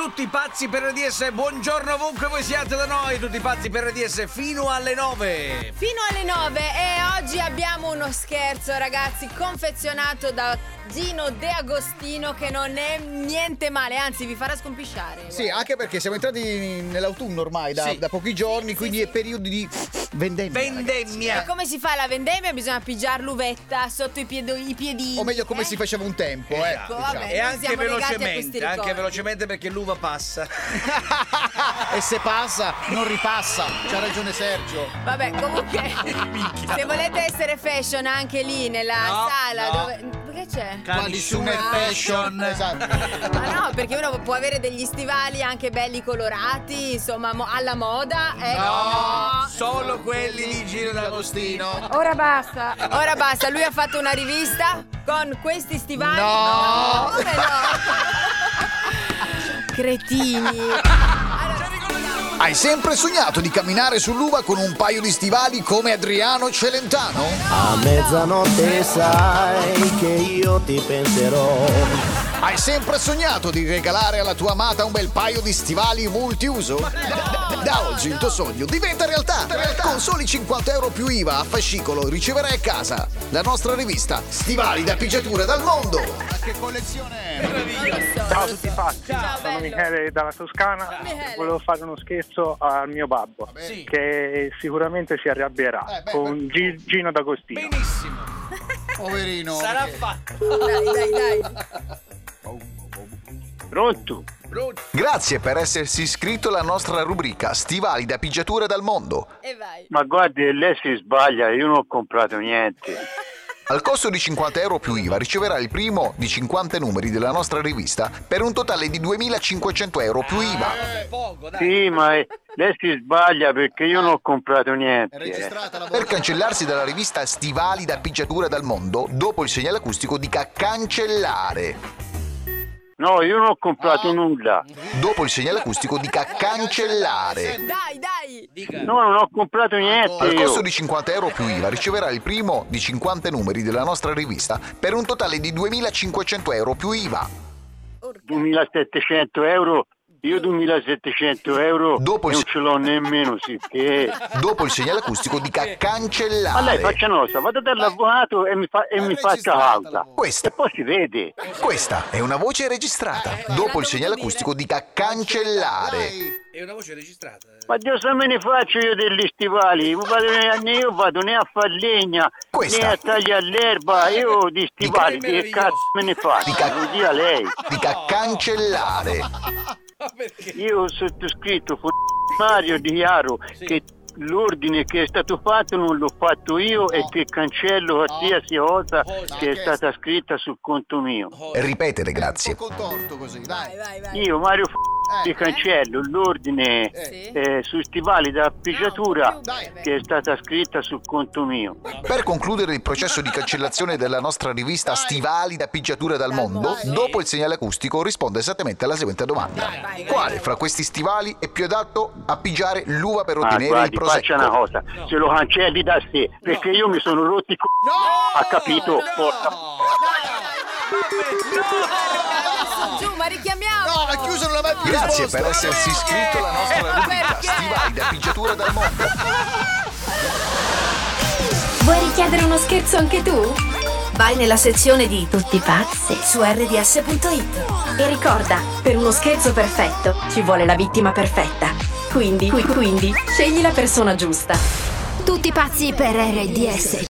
Tutti pazzi per RDS, buongiorno ovunque voi siate da noi. Tutti pazzi per RDS fino alle 9. Fino alle 9 e oggi abbiamo uno scherzo, ragazzi, confezionato da Gino De Agostino, che non è niente male, anzi vi farà scompisciare. Sì, anche perché siamo entrati nell'autunno ormai da pochi giorni, quindi è periodo di vendemmia. E come si fa la vendemmia? Bisogna pigiar l'uvetta sotto i piedini. O meglio, come si faceva un tempo, Ecco, vabbè, E anche siamo legati a questi velocemente, ricordi. perché l'uva passa. E se passa, non ripassa. C'ha ragione Sergio. Vabbè, comunque, se volete essere fashion anche lì nella sala dove... Che c'è? Canissime fashion. Esatto. Ma no, perché uno può avere degli stivali anche belli colorati, insomma, alla moda. No, solo quelli di Gino D'Agostino. Ora basta, lui ha fatto una rivista con questi stivali. No. Come no? Cretini. Hai sempre sognato di camminare sull'uva con un paio di stivali come Adriano Celentano? A mezzanotte sai che io ti penserò. Hai sempre sognato di regalare alla tua amata un bel paio di stivali multiuso? Da oggi il tuo sogno diventa realtà. Con soli 50 euro più IVA a fascicolo riceverai a casa la nostra rivista Stivali da pigiatura dal mondo. Ma che collezione! Ciao a tutti pazzi, Ciao, sono bello. Michele dalla Toscana. Michele. Volevo fare uno scherzo al mio babbo, Sì. che sicuramente si arrabbierà con Gino D'Agostino. Benissimo. Poverino. Sarà fatto. Dai. Pronto? Grazie per essersi iscritto alla nostra rubrica Stivali da pigiatura dal mondo. E vai. Ma guardi, lei si sbaglia, io non ho comprato niente. Al costo di 50 euro più IVA riceverà il primo di 50 numeri della nostra rivista per un totale di 2.500 euro più IVA. Poco, dai. Sì, ma lei si sbaglia perché io non ho comprato niente. Per cancellarsi dalla rivista Stivali da pigiatura dal mondo, dopo il segnale acustico dica cancellare. No, io non ho comprato nulla. Dopo il segnale acustico dica cancellare. Dai. No, non ho comprato niente Al costo io. di 50 euro più IVA riceverà il primo di 50 numeri della nostra rivista per un totale di 2.500 euro più IVA. 2.700 euro. Io 2.700 euro Dopo il- non ce l'ho nemmeno, sì che... Dopo il segnale acustico dica Ma lei cancellare. faccia nosa, vada dall'avvocato e mi faccia causa. Questa. E poi si vede. Questa è una voce registrata. Dopo il segnale acustico dica cancellare. È una voce registrata. Ma Dio sa me ne faccio io degli stivali, io vado né a far legna, Questa. né a tagliare l'erba, io di stivali, che cazzo me ne faccio? Dica- Lo dia lei. Dica cancellare. Io ho sottoscritto Mario dichiaro che l'ordine che è stato fatto non l'ho fatto io e che cancello qualsiasi cosa che è stata scritta sul conto mio. Ripetere, grazie. Contorto così, Vai. Io Mario ti cancello l'ordine sui stivali da pigiatura che è stata scritta sul conto mio. Per concludere il processo di cancellazione della nostra rivista Stivali da pigiatura dal mondo, dopo il segnale acustico risponde esattamente alla seguente domanda. Quale fra questi stivali è più adatto a pigiare l'uva per ottenere il Guardi, faccia una prosecco? cosa, se lo cancelli da sé, perché io mi sono rotto i ha capito? Porca. Giù, ma richiamiamo. No, ha chiuso non l'ha mai Grazie per essersi iscritto alla nostra rubrica Stivali da pigiatura dal mondo. Vuoi richiedere uno scherzo anche tu? Vai nella sezione di Tutti pazzi su rds.it e ricorda, per uno scherzo perfetto ci vuole la vittima perfetta. Quindi scegli la persona giusta. Tutti pazzi per RDS.